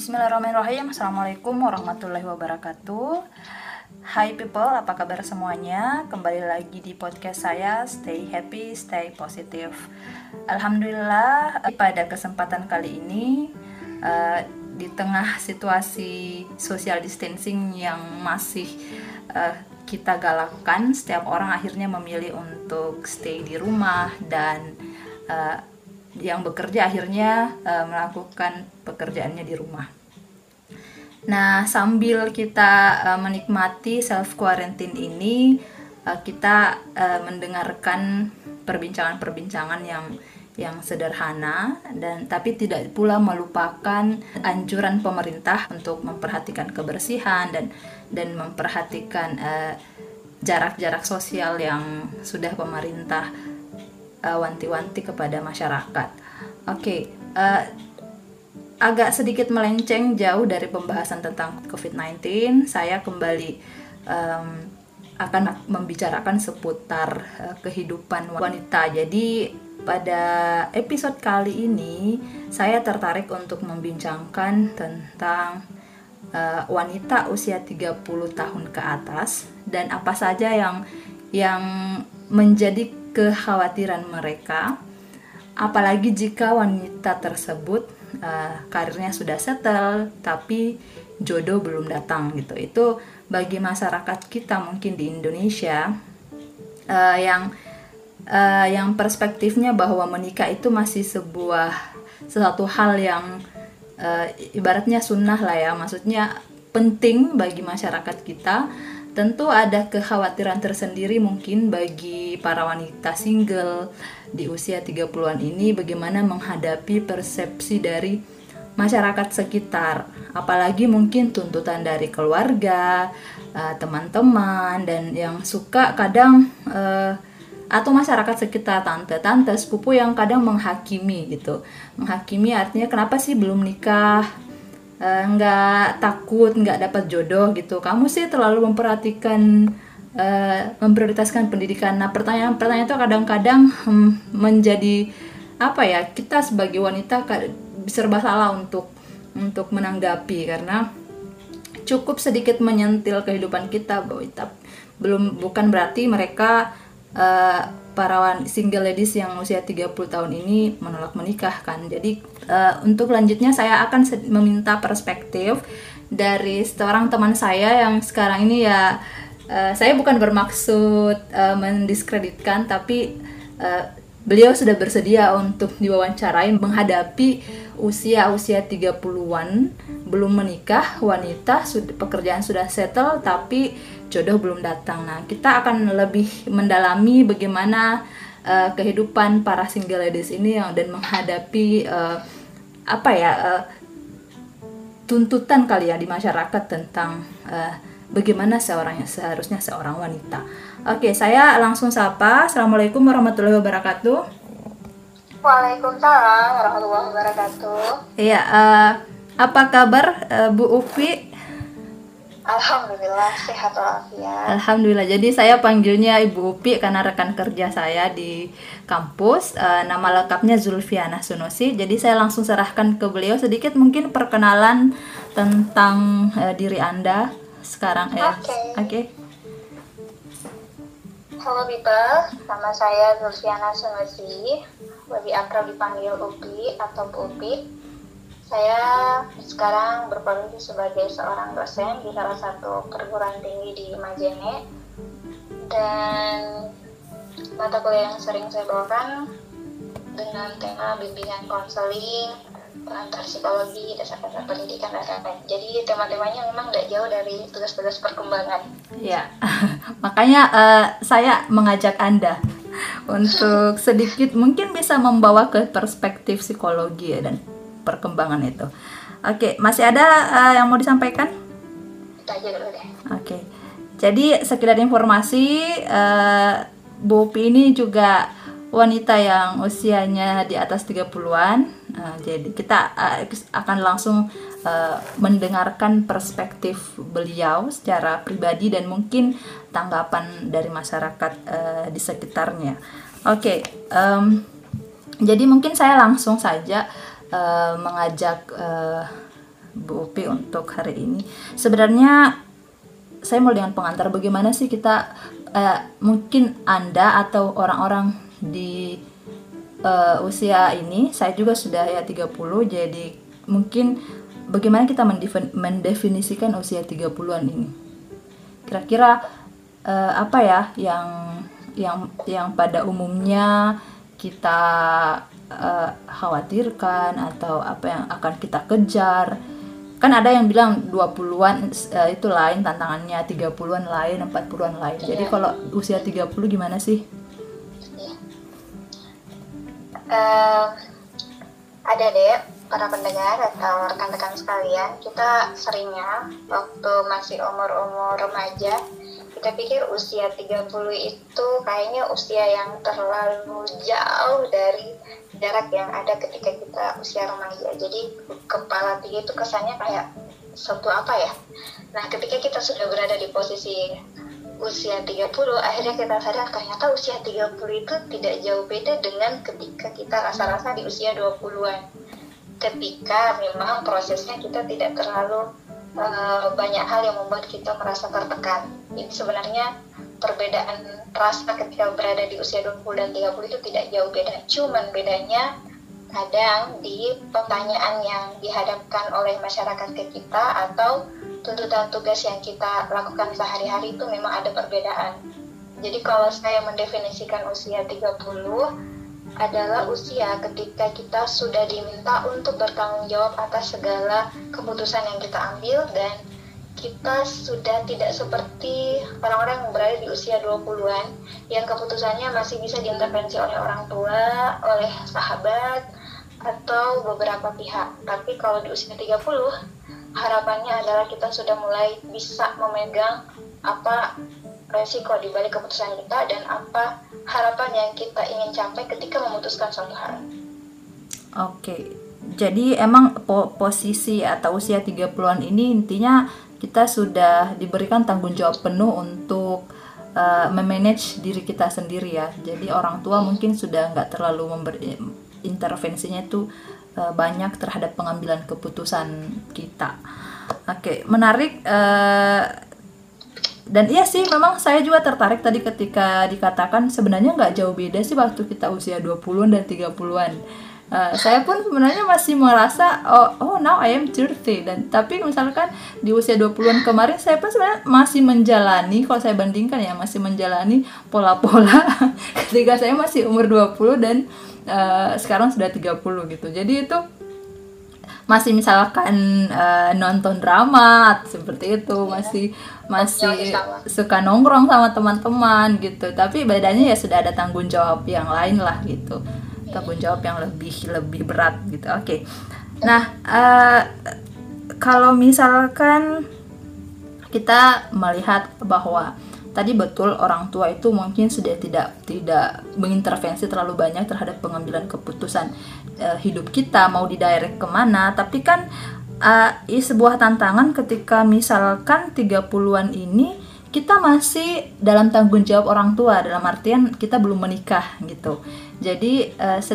Bismillahirrahmanirrahim. Assalamualaikum warahmatullahi wabarakatuh. Hai people, apa kabar semuanya? Kembali lagi di podcast saya, Stay Happy, Stay Positive. Alhamdulillah, pada kesempatan kali ini di tengah situasi social distancing yang masih kita galakkan, setiap orang akhirnya memilih untuk stay di rumah dan yang bekerja akhirnya melakukan pekerjaannya di rumah. Nah, sambil kita menikmati self quarantine ini, kita mendengarkan perbincangan-perbincangan yang sederhana dan tapi tidak pula melupakan anjuran pemerintah untuk memperhatikan kebersihan dan memperhatikan jarak-jarak sosial yang sudah pemerintah wanti-wanti kepada masyarakat. Oke, agak sedikit melenceng jauh dari pembahasan tentang COVID-19. Saya kembali akan membicarakan seputar kehidupan wanita. Jadi pada episode kali ini saya tertarik untuk membincangkan tentang wanita usia 30 tahun ke atas dan apa saja yang menjadi kekhawatiran mereka, apalagi jika wanita tersebut karirnya sudah settle tapi jodoh belum datang gitu. Itu bagi masyarakat kita mungkin di Indonesia yang perspektifnya bahwa menikah itu masih sesuatu hal yang ibaratnya sunnah lah ya, maksudnya penting bagi masyarakat kita. Tentu ada kekhawatiran tersendiri mungkin bagi para wanita single di usia 30-an ini bagaimana menghadapi persepsi dari masyarakat sekitar, apalagi mungkin tuntutan dari keluarga, teman-teman, dan yang suka kadang atau masyarakat sekitar, tante-tante, sepupu yang kadang menghakimi gitu. Menghakimi artinya kenapa sih belum nikah? Nggak takut nggak dapat jodoh gitu, kamu sih terlalu memprioritaskan pendidikan. Nah, pertanyaan itu kadang-kadang menjadi apa ya, kita sebagai wanita serba salah untuk menanggapi, karena cukup sedikit menyentil kehidupan kita. Bukan berarti mereka para single ladies yang usia 30 tahun ini menolak menikah kan. Jadi untuk lanjutnya saya akan meminta perspektif dari seorang teman saya yang sekarang ini ya, saya bukan bermaksud mendiskreditkan, tapi beliau sudah bersedia untuk diwawancarai menghadapi usia 30-an, belum menikah, wanita, pekerjaan sudah settle tapi jodoh belum datang. Nah, kita akan lebih mendalami bagaimana kehidupan para single ladies ini dan menghadapi tuntutan kali ya di masyarakat tentang bagaimana seharusnya seorang wanita. Oke, saya langsung sapa. Assalamualaikum warahmatullahi wabarakatuh. Waalaikumsalam warahmatullahi wabarakatuh. Iya, apa kabar Bu Upi? Alhamdulillah sehat walafiat. Alhamdulillah. Jadi saya panggilnya Ibu Upi karena rekan kerja saya di kampus. Nama lengkapnya Zulfiana Sunosi. Jadi saya langsung serahkan ke beliau sedikit mungkin perkenalan tentang diri Anda sekarang. Oke. Halo people, nama saya Zulfiana Sunosi. Lebih akrab dipanggil Upi atau Bu Upi. Saya sekarang berprofesi sebagai seorang dosen di salah satu perguruan tinggi di Majene, dan mata kuliah yang sering saya bawakan dengan tema bimbingan konseling, pengantar psikologi, dasar-dasar pendidikan, dan lain-lain. Jadi tema-temanya memang tidak jauh dari tugas-tugas perkembangan. Ya, makanya saya mengajak Anda untuk sedikit mungkin bisa membawa ke perspektif psikologi ya, dan perkembangan itu. Oke, masih ada yang mau disampaikan? Itu aja dulu deh. Oke. Jadi sekedar informasi, Bu Upi ini juga wanita yang usianya di atas 30-an. Jadi kita akan langsung mendengarkan perspektif beliau secara pribadi dan mungkin tanggapan dari masyarakat di sekitarnya. Oke. Jadi mungkin saya langsung saja mengajak Bu Upi untuk hari ini. Sebenarnya saya mau dengan pengantar bagaimana sih kita mungkin Anda atau orang-orang di usia ini, saya juga sudah ya 30, jadi mungkin bagaimana kita mendefinisikan usia 30-an ini. Kira-kira apa ya yang pada umumnya kita khawatirkan atau apa yang akan kita kejar. Kan ada yang bilang 20-an itu lain tantangannya, 30-an lain, 40-an lain. Jadi kalau usia 30 gimana sih? Ada deh para pendengar atau rekan-rekan sekalian, kita seringnya waktu masih umur-umur remaja, kita pikir usia 30 itu kayaknya usia yang terlalu jauh dari jarak yang ada ketika kita usia remaja. Jadi kepala 3 itu kesannya kayak suatu apa ya. Nah, ketika kita sudah berada di posisi usia 30, akhirnya kita sadar ternyata usia 30 itu tidak jauh beda dengan ketika kita rasa-rasa di usia 20-an. Ketika memang prosesnya kita tidak terlalu banyak hal yang membuat kita merasa tertekan. Jadi sebenarnya perbedaan rasa ketika berada di usia 20 dan 30 itu tidak jauh beda. Cuman bedanya kadang di pertanyaan yang dihadapkan oleh masyarakat ke kita atau tuntutan tugas yang kita lakukan sehari-hari itu memang ada perbedaan. Jadi kalau saya mendefinisikan usia 30 adalah usia ketika kita sudah diminta untuk bertanggung jawab atas segala keputusan yang kita ambil, dan kita sudah tidak seperti orang-orang yang berada di usia 20-an yang keputusannya masih bisa diintervensi oleh orang tua, oleh sahabat, atau beberapa pihak. Tapi kalau di usia 30, harapannya adalah kita sudah mulai bisa memegang apa resiko di balik keputusan kita dan apa harapan yang kita ingin capai ketika memutuskan suatu hal. Oke, jadi emang posisi atau usia 30-an ini intinya kita sudah diberikan tanggung jawab penuh untuk memanage diri kita sendiri ya. Jadi orang tua mungkin sudah nggak terlalu intervensinya itu banyak terhadap pengambilan keputusan kita. Oke, menarik. Dan iya sih, memang saya juga tertarik tadi ketika dikatakan sebenarnya nggak jauh beda sih waktu kita usia 20-an dan 30-an. Saya pun sebenarnya masih merasa now I am 30, dan tapi misalkan di usia 20-an kemarin saya pun sebenarnya masih menjalani, kalau saya bandingkan ya, masih menjalani pola-pola ketika saya masih umur 20 dan sekarang sudah 30 gitu. Jadi itu masih misalkan nonton drama seperti itu, masih suka nongkrong sama teman-teman gitu, tapi bedanya ya sudah ada tanggung jawab yang lain lah gitu, tanggung jawab yang lebih berat gitu. Oke. Nah, kalau misalkan kita melihat bahwa tadi betul orang tua itu mungkin sudah tidak mengintervensi terlalu banyak terhadap pengambilan keputusan hidup kita mau didirect kemana, tapi kan sebuah tantangan ketika misalkan 30-an ini kita masih dalam tanggung jawab orang tua, dalam artian kita belum menikah gitu. Jadi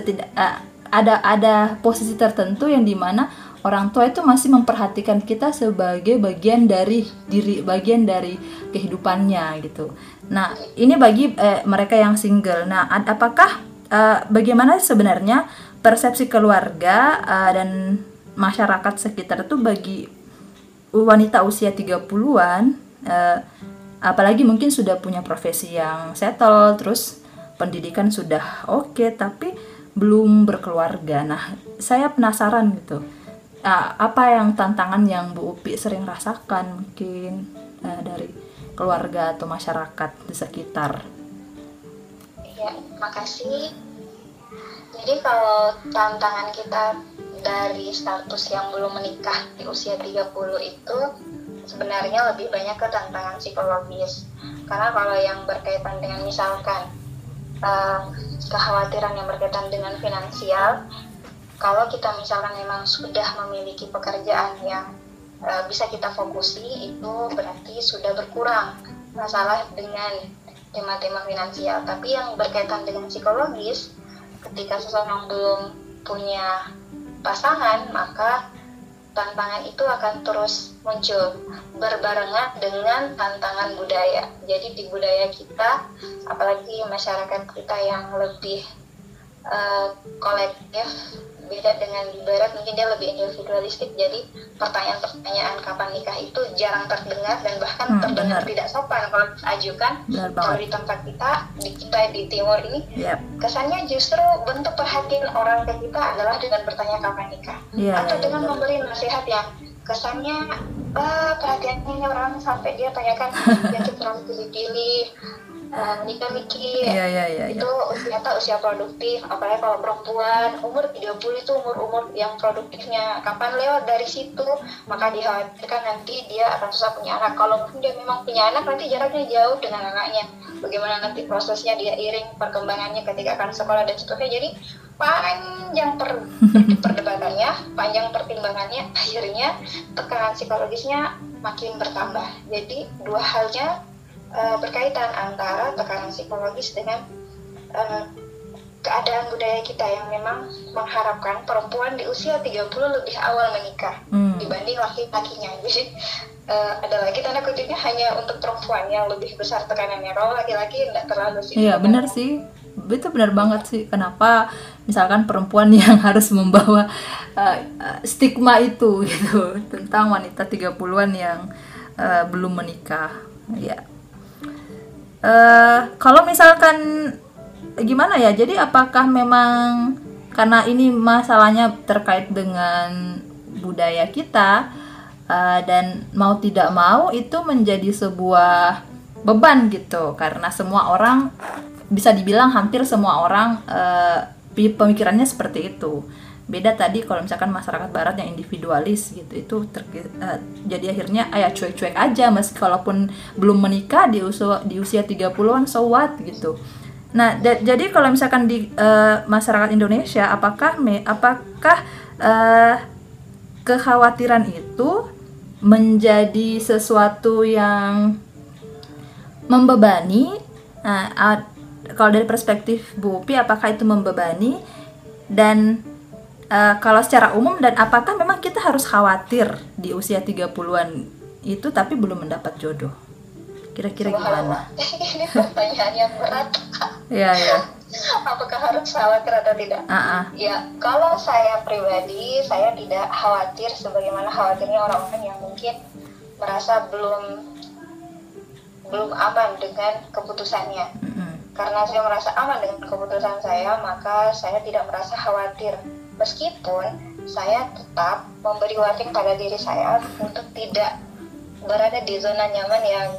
ada posisi tertentu yang dimana orang tua itu masih memperhatikan kita sebagai bagian dari kehidupannya gitu. Nah, ini bagi mereka yang single. Nah, apakah bagaimana sebenarnya persepsi keluarga dan masyarakat sekitar itu bagi wanita usia 30-an, apalagi mungkin sudah punya profesi yang settle, terus pendidikan sudah oke, tapi belum berkeluarga. Nah, saya penasaran gitu. Apa yang tantangan yang Bu Upi sering rasakan mungkin dari keluarga atau masyarakat di sekitar? Ya, makasih. Jadi kalau tantangan kita dari status yang belum menikah di usia 30 itu sebenarnya lebih banyak ke tantangan psikologis. Karena kalau yang berkaitan dengan misalkan kekhawatiran yang berkaitan dengan finansial, kalau kita misalkan memang sudah memiliki pekerjaan yang bisa kita fokusi, itu berarti sudah berkurang masalah dengan tema-tema finansial. Tapi yang berkaitan dengan psikologis, ketika seseorang belum punya pasangan, maka tantangan itu akan terus muncul berbarengan dengan tantangan budaya. Jadi di budaya kita, apalagi masyarakat kita yang lebih kolektif, beda dengan di barat, mungkin dia lebih individualistik. Jadi pertanyaan-pertanyaan kapan nikah itu jarang terdengar dan bahkan terdengar tidak sopan kalau diajukan. Kalau di tempat kita di timur ini, kesannya justru bentuk perhatian orang ke kita adalah dengan bertanya kapan nikah, atau dengan memberi nasihat yang kesannya perhatiannya orang sampai dia tanyakan dia terlalu pilih-pilih. Nikah Miki itu usia produktif, apalagi kalau perempuan umur 30 itu umur yang produktifnya, kapan lewat dari situ, maka dikhawatirkan nanti dia akan susah punya anak. Kalaupun dia memang punya anak, nanti jaraknya jauh dengan anaknya, bagaimana nanti prosesnya dia iring perkembangannya ketika akan sekolah dan seterusnya. Jadi panjang perdebatannya, panjang pertimbangannya, akhirnya tekanan psikologisnya makin bertambah. Jadi dua halnya berkaitan, antara tekanan psikologis dengan keadaan budaya kita yang memang mengharapkan perempuan di usia 30 lebih awal menikah dibanding laki-lakinya. Jadi ada lagi tanda kutipnya hanya untuk perempuan yang lebih besar tekanannya. Kalau laki-laki tidak terlalu sih. Iya benar sih, itu benar banget sih. Kenapa misalkan perempuan yang harus membawa stigma itu gitu tentang wanita 30-an yang belum menikah. Ya. Kalau misalkan gimana ya, jadi apakah memang karena ini masalahnya terkait dengan budaya kita, dan mau tidak mau itu menjadi sebuah beban gitu, karena semua orang, bisa dibilang hampir semua orang pemikirannya seperti itu. Beda tadi kalau misalkan masyarakat barat yang individualis gitu, itu jadi akhirnya cuek-cuek aja meski kalaupun belum menikah di usia 30-an, so what gitu. Nah, jadi kalau misalkan di masyarakat Indonesia, apakah kekhawatiran itu menjadi sesuatu yang membebani? Nah, kalau dari perspektif Bu Upi, apakah itu membebani? Dan kalau secara umum, dan apakah memang kita harus khawatir di usia 30-an itu tapi belum mendapat jodoh? Kira-kira gimana? Ini pertanyaan yang berat. Iya. Apakah harus khawatir atau tidak? Ya, kalau saya pribadi, saya tidak khawatir sebagaimana khawatirnya orang-orang yang mungkin merasa belum aman dengan keputusannya. Karena saya merasa aman dengan keputusan saya, maka saya tidak merasa khawatir. Meskipun saya tetap memberi warning pada diri saya untuk tidak berada di zona nyaman yang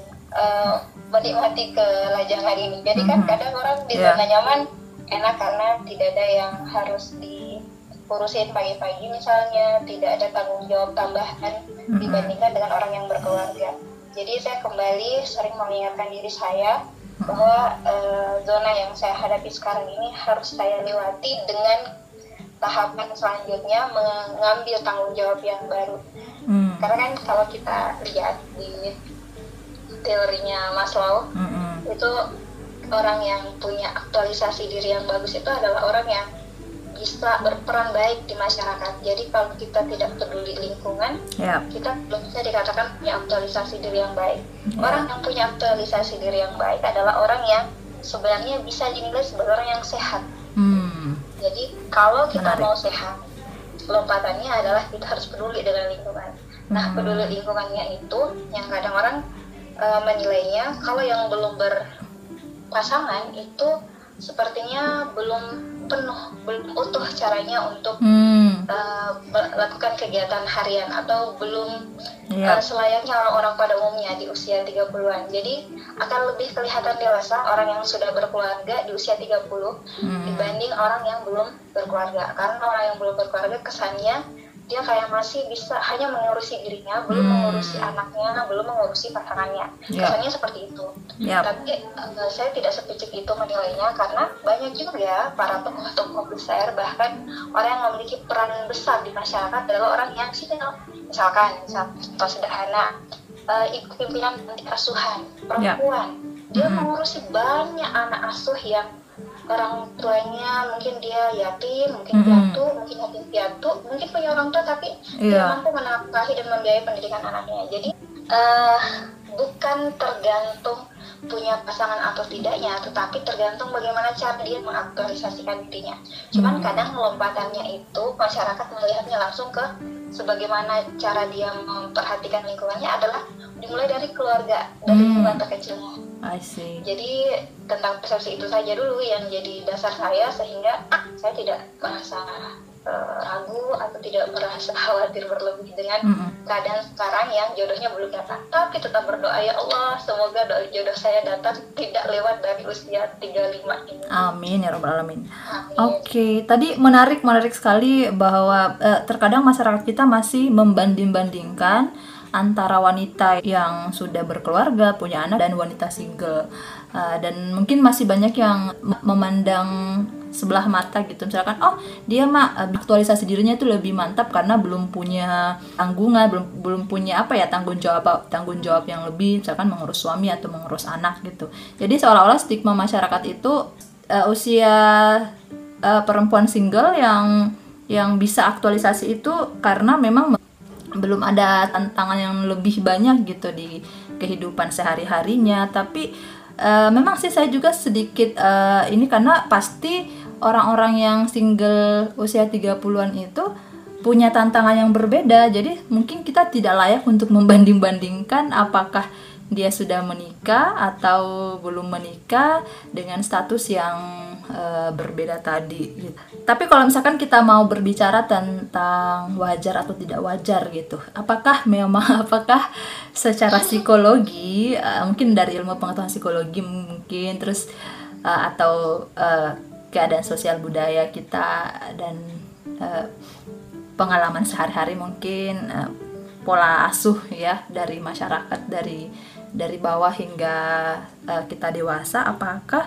menikmati kelajangan ini. Jadi kan kadang orang di zona nyaman enak karena tidak ada yang harus diurusin pagi-pagi misalnya, tidak ada tanggung jawab tambahan dibandingkan dengan orang yang berkeluarga. Jadi saya kembali sering mengingatkan diri saya bahwa zona yang saya hadapi sekarang ini harus saya lewati dengan tahapan selanjutnya, mengambil tanggung jawab yang baru. Karena kan kalau kita lihat di teorinya Maslow, itu orang yang punya aktualisasi diri yang bagus itu adalah orang yang bisa berperan baik di masyarakat. Jadi kalau kita tidak peduli lingkungan, kita belum bisa dikatakan punya aktualisasi diri yang baik. Orang yang punya aktualisasi diri yang baik adalah orang yang sebenarnya bisa dinilai sebagai orang yang sehat. Jadi kalau kita mau sehat, lompatannya adalah kita harus peduli dengan lingkungan. Nah, peduli lingkungannya itu yang kadang orang menilainya, kalau yang belum berpasangan itu sepertinya belum penuh, belum utuh caranya untuk melakukan kegiatan harian, atau belum selayaknya orang-orang pada umumnya di usia 30-an. Jadi akan lebih kelihatan dewasa orang yang sudah berkeluarga di usia 30 dibanding orang yang belum berkeluarga. Karena orang yang belum berkeluarga kesannya dia kayak masih bisa hanya mengurusi dirinya, belum mengurusi anaknya, belum mengurusi pasangannya. Kesannya seperti itu. Tapi saya tidak sepicik itu menilainya, karena banyak juga para tokoh-tokoh besar, bahkan orang yang memiliki peran besar di masyarakat adalah orang yang single. Misalkan contoh sederhana, ibu pimpinan panti asuhan perempuan, dia mengurusi banyak anak asuh yang orang tuanya mungkin dia yatim, mungkin piatu, mungkin yatim piatu, mungkin punya orang tua tapi tidak mampu menafkahi dan membiayai pendidikan anaknya. Jadi bukan tergantung punya pasangan atau tidaknya, tetapi tergantung bagaimana cara dia mengaktualisasikan dirinya. Cuman kadang lompatannya itu masyarakat melihatnya langsung ke sebagaimana cara dia memperhatikan lingkungannya adalah dimulai dari keluarga, dari lingkungan terkecilnya. I see. Jadi tentang persepsi itu saja dulu yang jadi dasar saya, sehingga saya tidak merasa ragu atau tidak merasa khawatir berlebih dengan keadaan sekarang yang jodohnya belum datang. Tapi tetap berdoa, ya Allah, semoga jodoh saya datang tidak lewat dari usia 35 ini. Amin ya rabbal alamin. Oke, tadi menarik sekali bahwa terkadang masyarakat kita masih membanding-bandingkan antara wanita yang sudah berkeluarga, punya anak, dan wanita single. Dan mungkin masih banyak yang memandang sebelah mata gitu, misalkan dia mah aktualisasi dirinya itu lebih mantap karena belum punya tanggungan, belum punya tanggung jawab yang lebih, misalkan mengurus suami atau mengurus anak gitu. Jadi seolah-olah stigma masyarakat itu usia perempuan single yang bisa aktualisasi itu karena memang belum ada tantangan yang lebih banyak gitu di kehidupan sehari-harinya. Tapi memang sih saya juga sedikit ini, karena pasti orang-orang yang single usia 30-an itu punya tantangan yang berbeda. Jadi mungkin kita tidak layak untuk membanding-bandingkan apakah dia sudah menikah atau belum menikah dengan status yang berbeda tadi gitu. Tapi kalau misalkan kita mau berbicara tentang wajar atau tidak wajar gitu, apakah secara psikologi, mungkin dari ilmu pengetahuan psikologi mungkin, terus atau keadaan sosial budaya kita dan pengalaman sehari-hari, mungkin pola asuh ya dari masyarakat, dari bawah hingga kita dewasa, apakah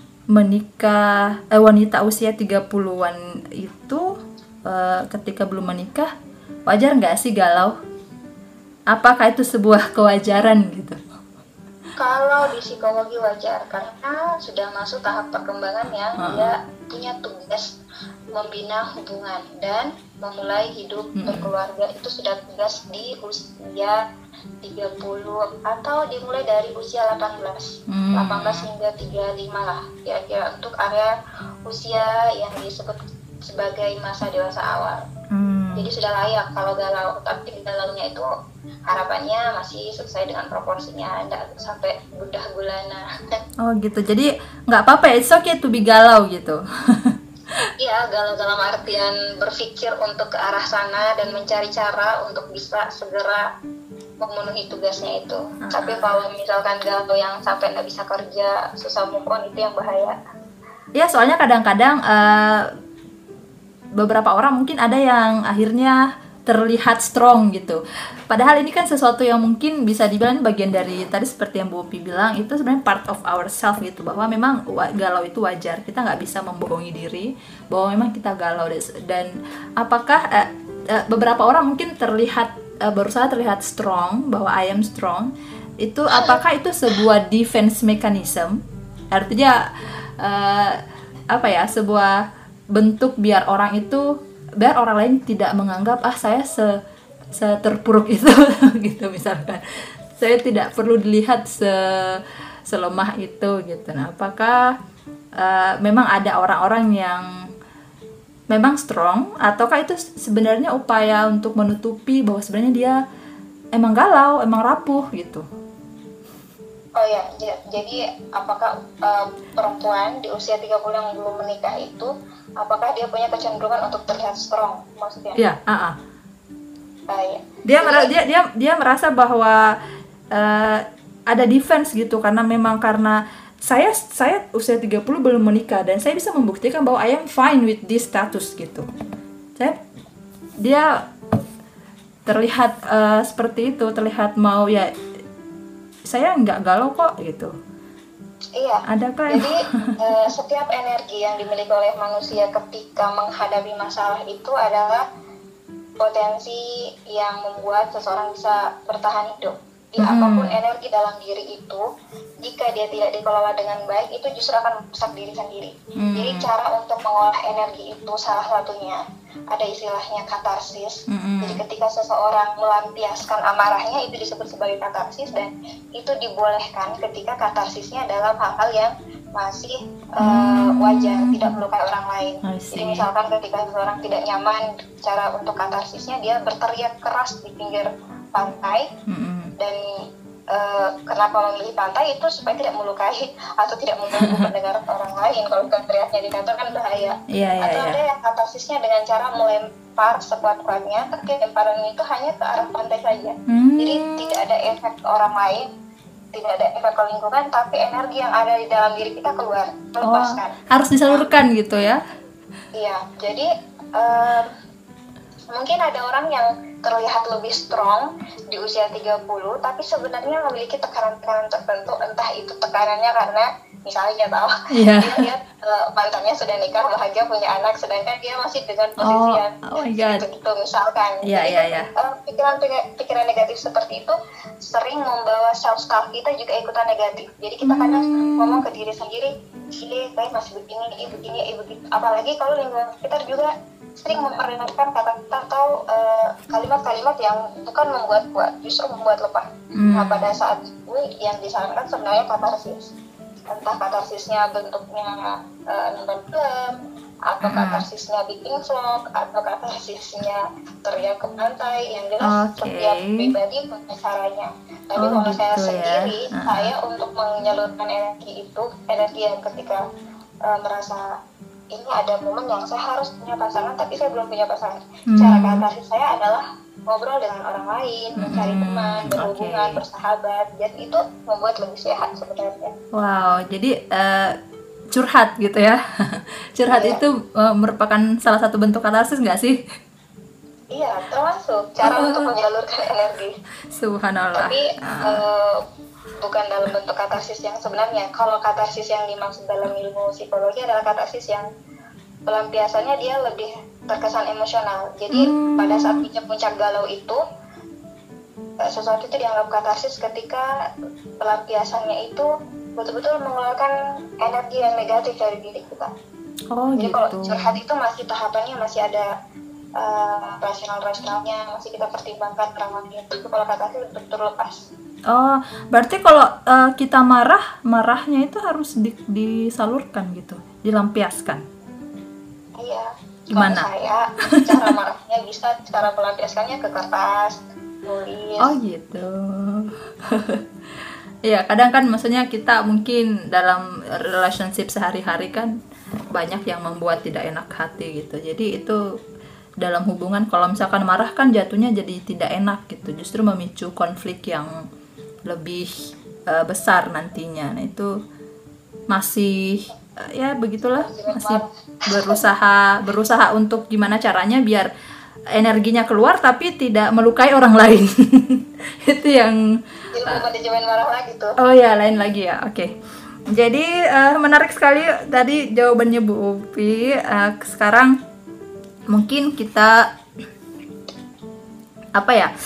menikah wanita usia 30-an itu ketika belum menikah wajar nggak sih galau? Apakah itu sebuah kewajaran gitu? Kalau di psikologi wajar, karena sudah masuk tahap perkembangan yang dia punya tugas membina hubungan dan memulai hidup berkeluarga. Itu sudah tugas di usia 30 atau dimulai dari usia 18 hingga 35 lah, kira-kira untuk area usia yang disebut sebagai masa dewasa awal. Jadi sudah layak kalau galau, tapi galaunya itu harapannya masih sesuai dengan proporsinya, tidak sampai budah gulana. Oh gitu, jadi nggak apa-apa ya, it's okay to be galau gitu. Iya, galau dalam artian berpikir untuk ke arah sana dan mencari cara untuk bisa segera memenuhi tugasnya itu. Tapi kalau misalkan galau yang sampai nggak bisa kerja, susah move on, itu yang bahaya. Ya, soalnya kadang-kadang beberapa orang mungkin ada yang akhirnya terlihat strong gitu. Padahal ini kan sesuatu yang mungkin bisa dibilang bagian dari tadi seperti yang Bu Upi bilang, itu sebenarnya part of ourselves gitu, bahwa memang galau itu wajar. Kita nggak bisa membohongi diri bahwa memang kita galau. Dan apakah beberapa orang mungkin berusaha terlihat strong, bahwa I am strong, itu apakah itu sebuah defense mechanism? Artinya sebuah bentuk biar orang lain tidak menganggap saya seterpuruk itu gitu, misalkan saya tidak perlu dilihat selemah itu gitu. Nah, apakah memang ada orang-orang yang memang strong, ataukah itu sebenarnya upaya untuk menutupi bahwa sebenarnya dia emang galau, emang rapuh gitu? Oh ya, jadi apakah perempuan di usia 30 yang belum menikah itu, apakah dia punya kecenderungan untuk terlihat strong maksudnya? Iya, ya. Dia merasa bahwa ada defense gitu, karena saya usia 30 belum menikah dan saya bisa membuktikan bahwa I am fine with this status gitu. Dia terlihat seperti itu, terlihat mau ya, saya nggak galau kok gitu. Iya. Adakah jadi setiap energi yang dimiliki oleh manusia ketika menghadapi masalah itu adalah potensi yang membuat seseorang bisa bertahan hidup. di apapun energi dalam diri itu, jika dia tidak dikelola dengan baik, itu justru akan merusak diri sendiri. Jadi cara untuk mengolah energi itu salah satunya ada istilahnya katarsis. Jadi ketika seseorang melampiaskan amarahnya, itu disebut sebagai katarsis, dan itu dibolehkan ketika katarsisnya dalam hal-hal yang masih wajar, tidak melukai orang lain. Jadi misalkan ketika seseorang tidak nyaman, cara untuk katarsisnya dia berteriak keras di pinggir pantai, dan kenapa memilih pantai itu supaya tidak melukai atau tidak mengganggu pendengaran orang lain. Kalau bukan teriaknya di kantor kan bahaya. Atau ada yang katarsisnya dengan cara melempar sekuat-kuatnya, tapi lemparan itu hanya ke arah pantai saja. Jadi tidak ada efek ke orang lain, tidak ada efek ke lingkungan, tapi energi yang ada di dalam diri kita keluar, melepaskan. Harus disalurkan gitu ya? Iya, jadi mungkin ada orang yang terlihat lebih strong di usia 30, tapi sebenarnya memiliki tekanan-tekanan tertentu, entah itu tekanannya karena misalnya dia lihat mantannya sudah nikah, bahagia, punya anak, sedangkan dia masih dengan posisi yang gitu misalkan. Pikiran negatif seperti itu sering membawa self talk kita juga ikutan negatif. Jadi kita kadang ngomong ke diri sendiri, kayak masih begini, apalagi kalau lingkungan sekitar juga sering memperdengarkan kata-kata atau kalimat-kalimat yang bukan membuat kuat, justru membuat lemah. Nah, pada saat itu yang disarankan sebenarnya katarsis. Entah katarsisnya bentuknya nonton film, atau katarsisnya bikin vlog, atau katarsisnya teriak ke pantai. Yang jelas setiap pribadi punya caranya. Tapi kalau saya sendiri, saya untuk menyalurkan energi itu, energi yang ketika merasa ini ada momen yang saya harus punya pasangan tapi saya belum punya pasangan. Cara katarsis saya adalah ngobrol dengan orang lain, mencari teman, berhubungan, bersahabat, dan itu membuat lebih sehat sebenarnya. Wow, jadi curhat gitu ya? Curhat itu merupakan salah satu bentuk katarsis nggak sih? Iya, termasuk cara untuk menyalurkan energi. Subhanallah. Tapi bukan dalam bentuk katarsis yang sebenarnya. Kalau katarsis yang dimaksud dalam ilmu psikologi adalah katarsis yang pelampiasannya dia lebih terkesan emosional. Jadi pada saat puncak galau itu, sesuatu itu dianggap katarsis ketika pelampiasannya itu betul-betul mengeluarkan energi yang negatif dari diri kita. Jadi gitu. Kalau curhat itu masih tahapannya masih ada rasionalnya, masih kita pertimbangkan ramahnya. Tapi kalau katarsis betul-betul lepas. Berarti kalau kita marahnya itu harus disalurkan gitu, dilampiaskan. Iya. Gimana? Kalau saya, cara marahnya bisa cara melampiaskannya ke kertas, nulis. Gitu. Iya, kadang kan maksudnya kita mungkin dalam relationship sehari-hari kan banyak yang membuat tidak enak hati gitu. Jadi itu dalam hubungan kalau misalkan marah kan jatuhnya jadi tidak enak gitu. Justru memicu konflik yang lebih besar nantinya. Nah, itu masih ya begitulah, masih berusaha untuk gimana caranya biar energinya keluar tapi tidak melukai orang lain. Itu yang manajemen marah lagi tuh. Oh ya, lain lagi ya. Oke. Jadi menarik sekali tadi jawabannya Bu Upi. Sekarang mungkin kita apa ya?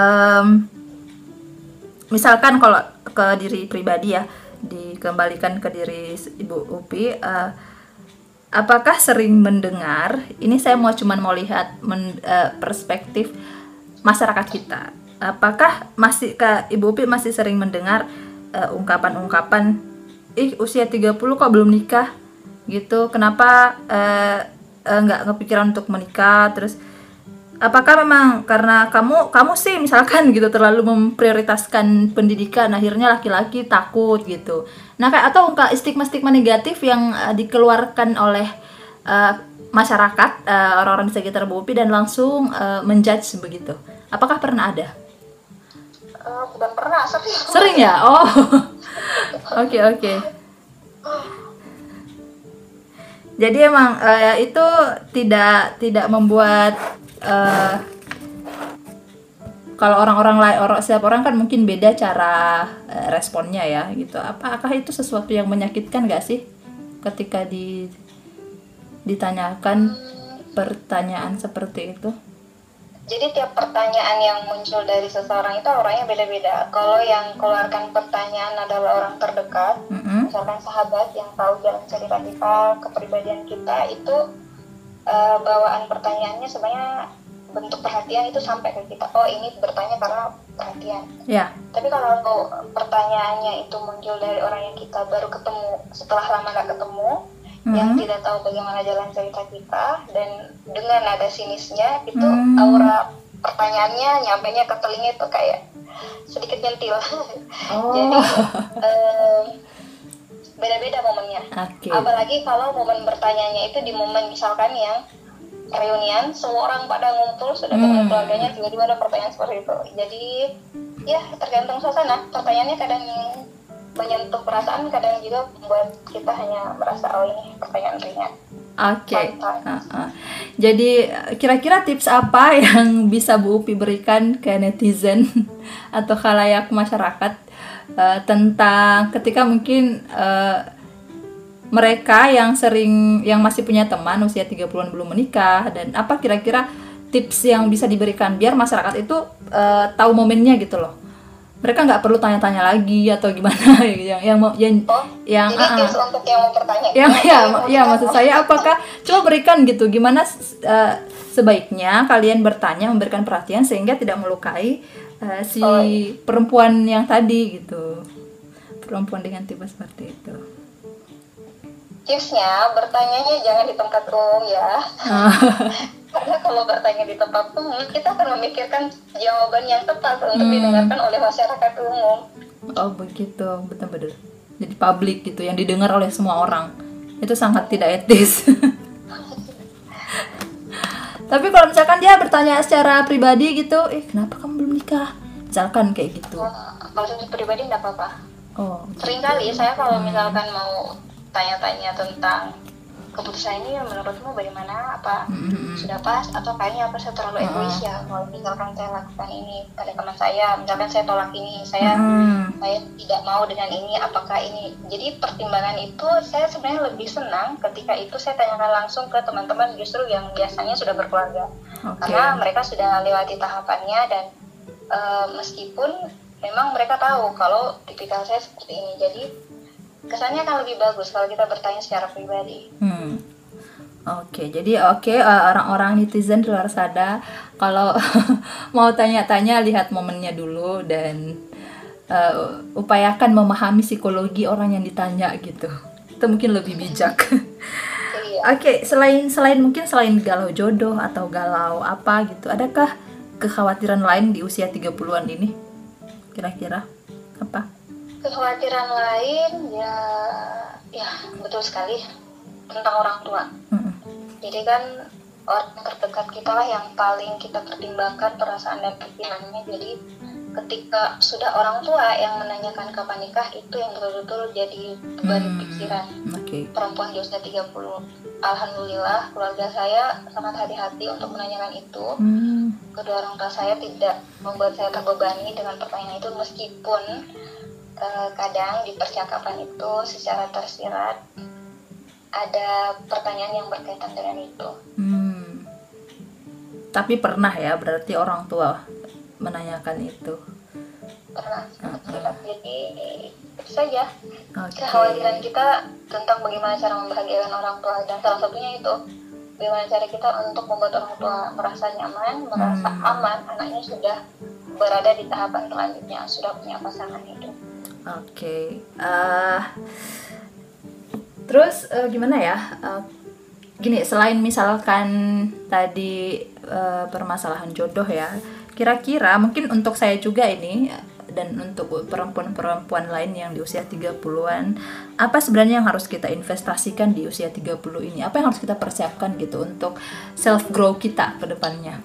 Misalkan kalau ke diri pribadi ya, dikembalikan ke diri Ibu Upi, apakah sering mendengar, ini saya cuman mau lihat perspektif masyarakat kita, apakah masih Ibu Upi masih sering mendengar ungkapan-ungkapan, usia 30 kok belum nikah gitu, kenapa nggak kepikiran untuk menikah, terus apakah memang karena kamu sih misalkan gitu terlalu memprioritaskan pendidikan, akhirnya laki-laki takut gitu. Nah, atau stigma-stigma negatif yang dikeluarkan oleh masyarakat, orang-orang di sekitar Bu Upi dan langsung menjudge begitu. Apakah pernah ada? Bukan pernah, sering ya? Oh. Oke. Jadi emang itu tidak membuat kalau setiap orang kan mungkin beda cara responnya ya gitu. Apakah itu sesuatu yang menyakitkan gak sih ketika ditanyakan pertanyaan seperti itu? Jadi tiap pertanyaan yang muncul dari seseorang itu orangnya beda-beda. Kalau yang keluarkan pertanyaan adalah orang terdekat, misalkan sahabat yang tahu jalan cerita kita, kepribadian kita, itu bawaan pertanyaannya sebenarnya bentuk perhatian itu sampai ke kita. Oh, ini bertanya karena perhatian. Ya. Tapi kalau pertanyaannya itu muncul dari orang yang kita baru ketemu setelah lama gak ketemu, yang tidak tahu bagaimana jalan cerita kita, dan dengan nada sinisnya itu aura pertanyaannya nyampainya ke telinga itu kayak sedikit nyentil. Jadi beda-beda momennya. Apalagi kalau momen bertanyanya itu di momen misalkan yang reunian, semua orang pada ngumpul sudah ketemu keluarganya, tiba-tiba ada pertanyaan seperti itu. Jadi ya tergantung suasana. Pertanyaannya kadang menyentuh perasaan, kadang juga membuat kita hanya merasa oh ini pertanyaan ringan. Oke. Jadi kira-kira tips apa yang bisa Bu Upi berikan ke netizen atau khalayak masyarakat tentang ketika mungkin mereka yang masih punya teman usia 30-an belum menikah, dan apa kira-kira tips yang bisa diberikan biar masyarakat itu tahu momennya gitu loh. Mereka nggak perlu tanya-tanya lagi atau gimana yang tips untuk yang mau bertanya. Ya maksud saya apakah coba berikan gitu gimana sebaiknya kalian bertanya, memberikan perhatian sehingga tidak melukai si perempuan yang tadi gitu. Perempuan dengan tipe seperti itu. Tipsnya bertanyanya jangan di tempat umum ya. Karena kalau bertanya di tempat umum, kita akan memikirkan jawaban yang tepat untuk didengarkan oleh masyarakat umum. Oh begitu, betul-betul. Jadi publik gitu, yang didengar oleh semua orang. Itu sangat tidak etis. Tapi kalau misalkan dia bertanya secara pribadi gitu, kenapa kamu belum nikah? Misalkan kayak gitu. Kalau pribadi nggak apa-apa. Sering Gitu. kali saya kalau misalkan mau tanya-tanya tentang keputusan ini menurutmu bagaimana, apa sudah pas atau kayaknya apa saya terlalu egois ya kalau misalkan saya lakukan ini pada teman saya, misalkan saya tolak ini, saya tidak mau dengan ini, apakah ini, jadi pertimbangan itu saya sebenarnya lebih senang ketika itu saya tanyakan langsung ke teman-teman justru yang biasanya sudah berkeluarga. Karena mereka sudah lewati tahapannya dan meskipun memang mereka tahu kalau tipikal saya seperti ini, jadi kesannya akan lebih bagus kalau kita bertanya secara pribadi. Jadi orang-orang netizen di luar sana kalau mau tanya-tanya lihat momennya dulu dan upayakan memahami psikologi orang yang ditanya gitu. Itu mungkin lebih bijak. Selain galau jodoh atau galau apa gitu, adakah kekhawatiran lain di usia 30-an ini? Kira-kira apa? Kekhawatiran lain ya betul sekali tentang orang tua. Jadi kan orang terdekat kita lah yang paling kita pertimbangkan perasaan dan pikirannya. Jadi ketika sudah orang tua yang menanyakan kapan nikah, itu yang betul-betul jadi beban pikiran perempuan di usia 30. Alhamdulillah keluarga saya sangat hati-hati untuk menanyakan itu. Kedua orang tua saya tidak membuat saya terbebani dengan pertanyaan itu, meskipun kadang di percakapan itu secara tersirat ada pertanyaan yang berkaitan dengan itu. Tapi pernah ya berarti orang tua menanyakan itu? Pernah. Jadi itu saja kekhawatiran kita tentang bagaimana cara membahagiakan orang tua, dan salah satunya itu bagaimana cara kita untuk membuat orang tua merasa nyaman, merasa aman, anaknya sudah berada di tahapan selanjutnya, sudah punya pasangan hidup. Terus gimana ya? Gini, selain misalkan tadi permasalahan jodoh ya, kira-kira mungkin untuk saya juga ini dan untuk perempuan-perempuan lain yang di usia 30-an, apa sebenarnya yang harus kita investasikan di usia 30 ini? Apa yang harus kita persiapkan gitu untuk self grow kita ke depannya?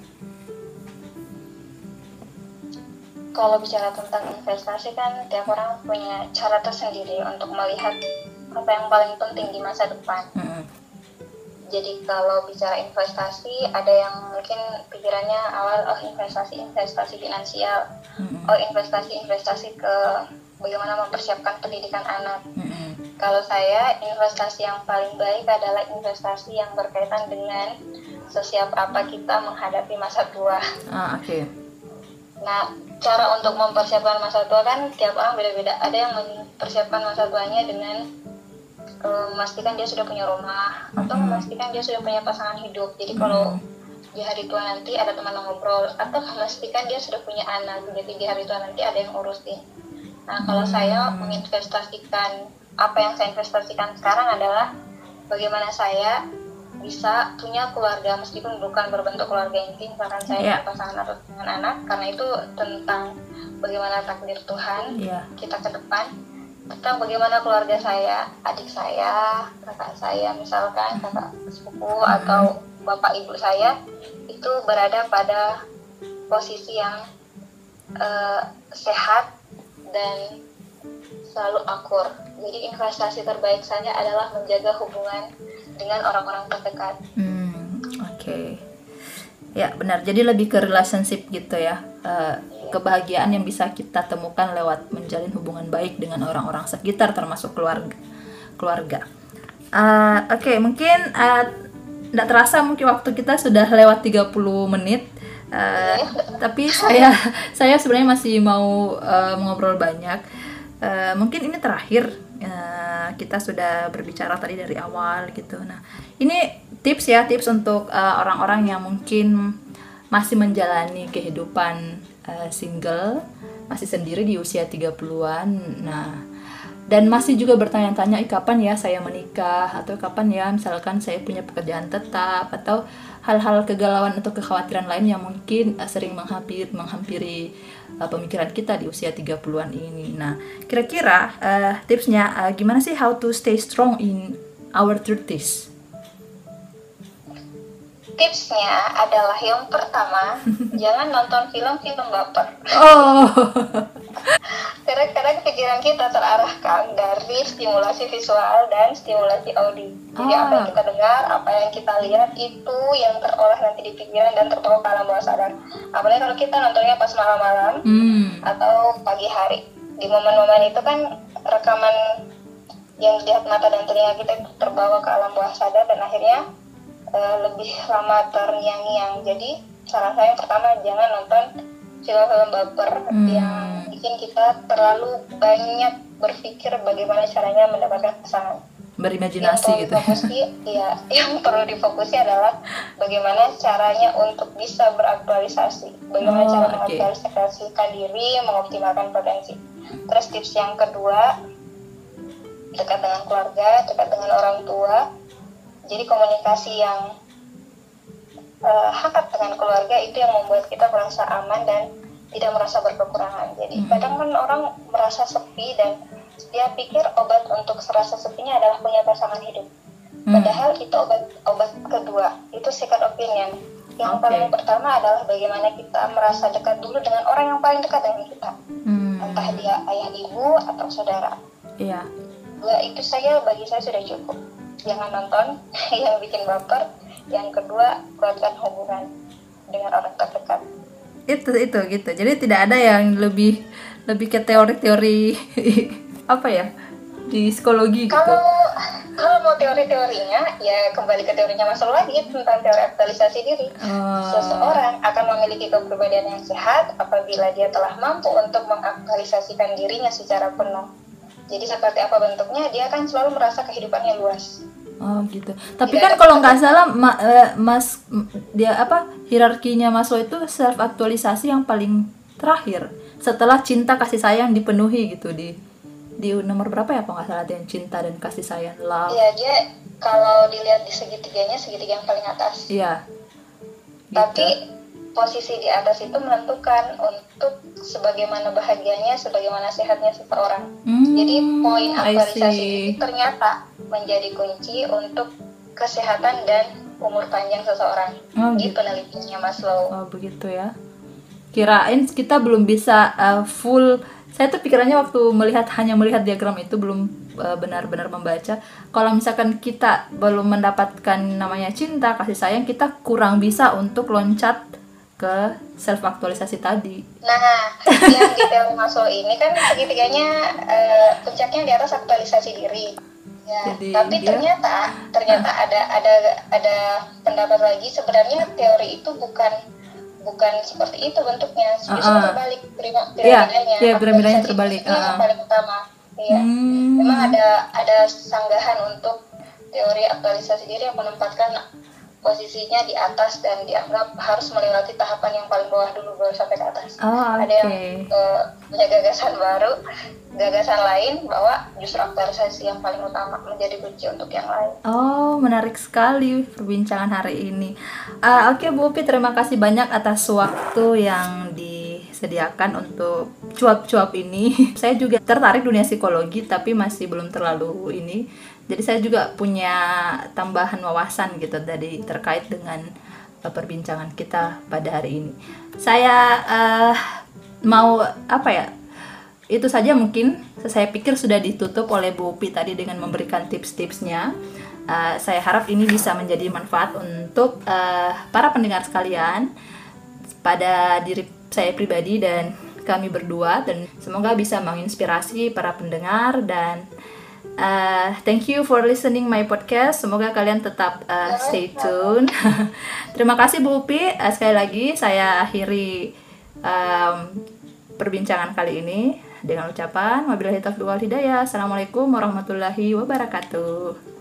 Kalau bicara tentang investasi kan tiap orang punya cara tersendiri untuk melihat apa yang paling penting di masa depan. Jadi kalau bicara investasi, ada yang mungkin pikirannya awal investasi finansial, investasi ke bagaimana mempersiapkan pendidikan anak. Kalau saya, investasi yang paling baik adalah investasi yang berkaitan dengan sesiap apa kita menghadapi masa tua. Oke. Nah, cara untuk mempersiapkan masa tua kan tiap orang beda-beda. Ada yang mempersiapkan masa tuanya dengan memastikan dia sudah punya rumah, atau memastikan dia sudah punya pasangan hidup. Jadi kalau di hari tua nanti ada teman ngobrol, atau memastikan dia sudah punya anak. Jadi di hari tua nanti ada yang ngurusin. Nah, kalau saya menginvestasikan, apa yang saya investasikan sekarang adalah bagaimana saya bisa punya keluarga, meskipun bukan berbentuk keluarga inti, misalkan saya dengan pasangan atau dengan anak, karena itu tentang bagaimana takdir Tuhan kita ke depan, tentang bagaimana keluarga saya, adik saya, kakak saya, misalkan kakak sepupu atau bapak ibu saya itu berada pada posisi yang sehat dan selalu akur. Jadi investasi terbaik saya adalah menjaga hubungan dengan orang-orang terdekat. Oke. Ya benar. Jadi lebih ke relationship gitu ya. Kebahagiaan yang bisa kita temukan lewat menjalin hubungan baik dengan orang-orang sekitar, termasuk keluarga. Oke, mungkin tidak terasa mungkin waktu kita sudah lewat 30 menit. Tapi saya sebenarnya masih mau ngobrol banyak. Mungkin ini terakhir, kita sudah berbicara tadi dari awal gitu. Nah, ini tips untuk orang-orang yang mungkin masih menjalani kehidupan single, masih sendiri di usia 30-an. Nah, dan masih juga bertanya-tanya, kapan ya saya menikah, atau kapan ya misalkan saya punya pekerjaan tetap, atau hal-hal kegalauan atau kekhawatiran lain yang mungkin sering menghampiri pemikiran kita di usia 30-an ini. Nah, kira-kira tipsnya gimana sih how to stay strong in our 30s? Tipsnya adalah yang pertama, jangan nonton film-film baper. Kadang-kadang pikiran kita terarahkan dari stimulasi visual dan stimulasi audi. Jadi apa yang kita dengar, apa yang kita lihat, itu yang terolah nanti di pikiran dan terbawa ke alam bawah sadar. Apalagi kalau kita nontonnya pas malam-malam atau pagi hari. Di momen-momen itu kan rekaman yang dilihat mata dan telinga kita terbawa ke alam bawah sadar, dan akhirnya lebih lama terngiang-ngiang. Jadi saran saya yang pertama, jangan nonton film-film baper yang bikin kita terlalu banyak berpikir bagaimana caranya mendapatkan pasangan. Berimajinasi gitu. Yang perlu difokusi adalah bagaimana caranya untuk bisa beraktualisasi. Bagaimana cara mengaktualisasikan diri, mengoptimalkan potensi. Terus tips yang kedua, dekat dengan keluarga, dekat dengan orang tua. Jadi komunikasi yang hangat dengan keluarga itu yang membuat kita merasa aman dan tidak merasa berkekurangan. Jadi kadang kan orang merasa sepi dan dia pikir obat untuk serasa sepinya adalah punya pasangan hidup. Padahal itu obat kedua, itu second opinion. Yang paling pertama adalah bagaimana kita merasa dekat dulu dengan orang yang paling dekat dengan kita. Entah dia ayah, ibu, atau saudara. Dua itu bagi saya sudah cukup. Jangan nonton yang bikin baper. Yang kedua, kuatkan hubungan dengan orang terdekat. Itu gitu. Jadi tidak ada yang lebih ke teori-teori apa ya di psikologi gitu. Kalau mau teori-teorinya, ya kembali ke teorinya Maslow lagi tentang teori aktualisasi diri. Seseorang akan memiliki kepribadian yang sehat apabila dia telah mampu untuk mengaktualisasikan dirinya secara penuh. Jadi seperti apa bentuknya, dia akan selalu merasa kehidupannya luas. Gitu. Tapi kan kalau nggak salah hierarkinya Maslow itu self aktualisasi yang paling terakhir setelah cinta kasih sayang dipenuhi gitu, di nomor berapa ya kalau nggak salah, yang cinta dan kasih sayang, love. Iya, dia kalau dilihat di segitiga yang paling atas. Iya. Gitu. Tapi posisi di atas itu menentukan untuk sebagaimana bahagianya, sebagaimana sehatnya seseorang. Jadi poin aktualisasi itu ternyata menjadi kunci untuk kesehatan dan umur panjang seseorang di penelitiannya Maslow. Begitu ya. Kirain kita belum bisa full. Saya tuh pikirannya waktu hanya melihat diagram itu, belum benar-benar membaca. Kalau misalkan kita belum mendapatkan namanya cinta, kasih sayang, kita kurang bisa untuk loncat ke self aktualisasi tadi. Nah, yang di teori Maslow ini kan segitiganya puncaknya di atas aktualisasi diri. Ya, Jadi tapi dia ternyata ada pendapat lagi, sebenarnya teori itu bukan seperti itu bentuknya, justru terbalik iya, piramidanya. iya piramidanya Aktualisasi terbalik. itu yang paling utama. Iya. Memang Hmm. ada sanggahan untuk teori aktualisasi diri yang menempatkan posisinya di atas dan dianggap harus melewati tahapan yang paling bawah dulu baru sampai ke atas. Oh, Ada yang punya gagasan baru, gagasan lain bahwa justru aktualisasi yang paling utama menjadi kunci untuk yang lain. Oh, menarik sekali perbincangan hari ini. Oke, Bu Upi, terima kasih banyak atas waktu yang disediakan untuk cuap-cuap ini. Saya juga tertarik dunia psikologi, tapi masih belum terlalu ini. Jadi saya juga punya tambahan wawasan gitu tadi terkait dengan perbincangan kita pada hari ini. Saya mau apa ya? Itu saja mungkin saya pikir sudah ditutup oleh Bu Upi tadi dengan memberikan tips-tipsnya. Saya harap ini bisa menjadi manfaat untuk para pendengar sekalian, pada diri saya pribadi dan kami berdua, dan semoga bisa menginspirasi para pendengar. Dan thank you for listening my podcast. Semoga kalian tetap stay tune. Terima kasih Bu Upi. Sekali lagi saya akhiri perbincangan kali ini dengan ucapan wabillahi taufiq wal hidayah. Assalamualaikum warahmatullahi wabarakatuh.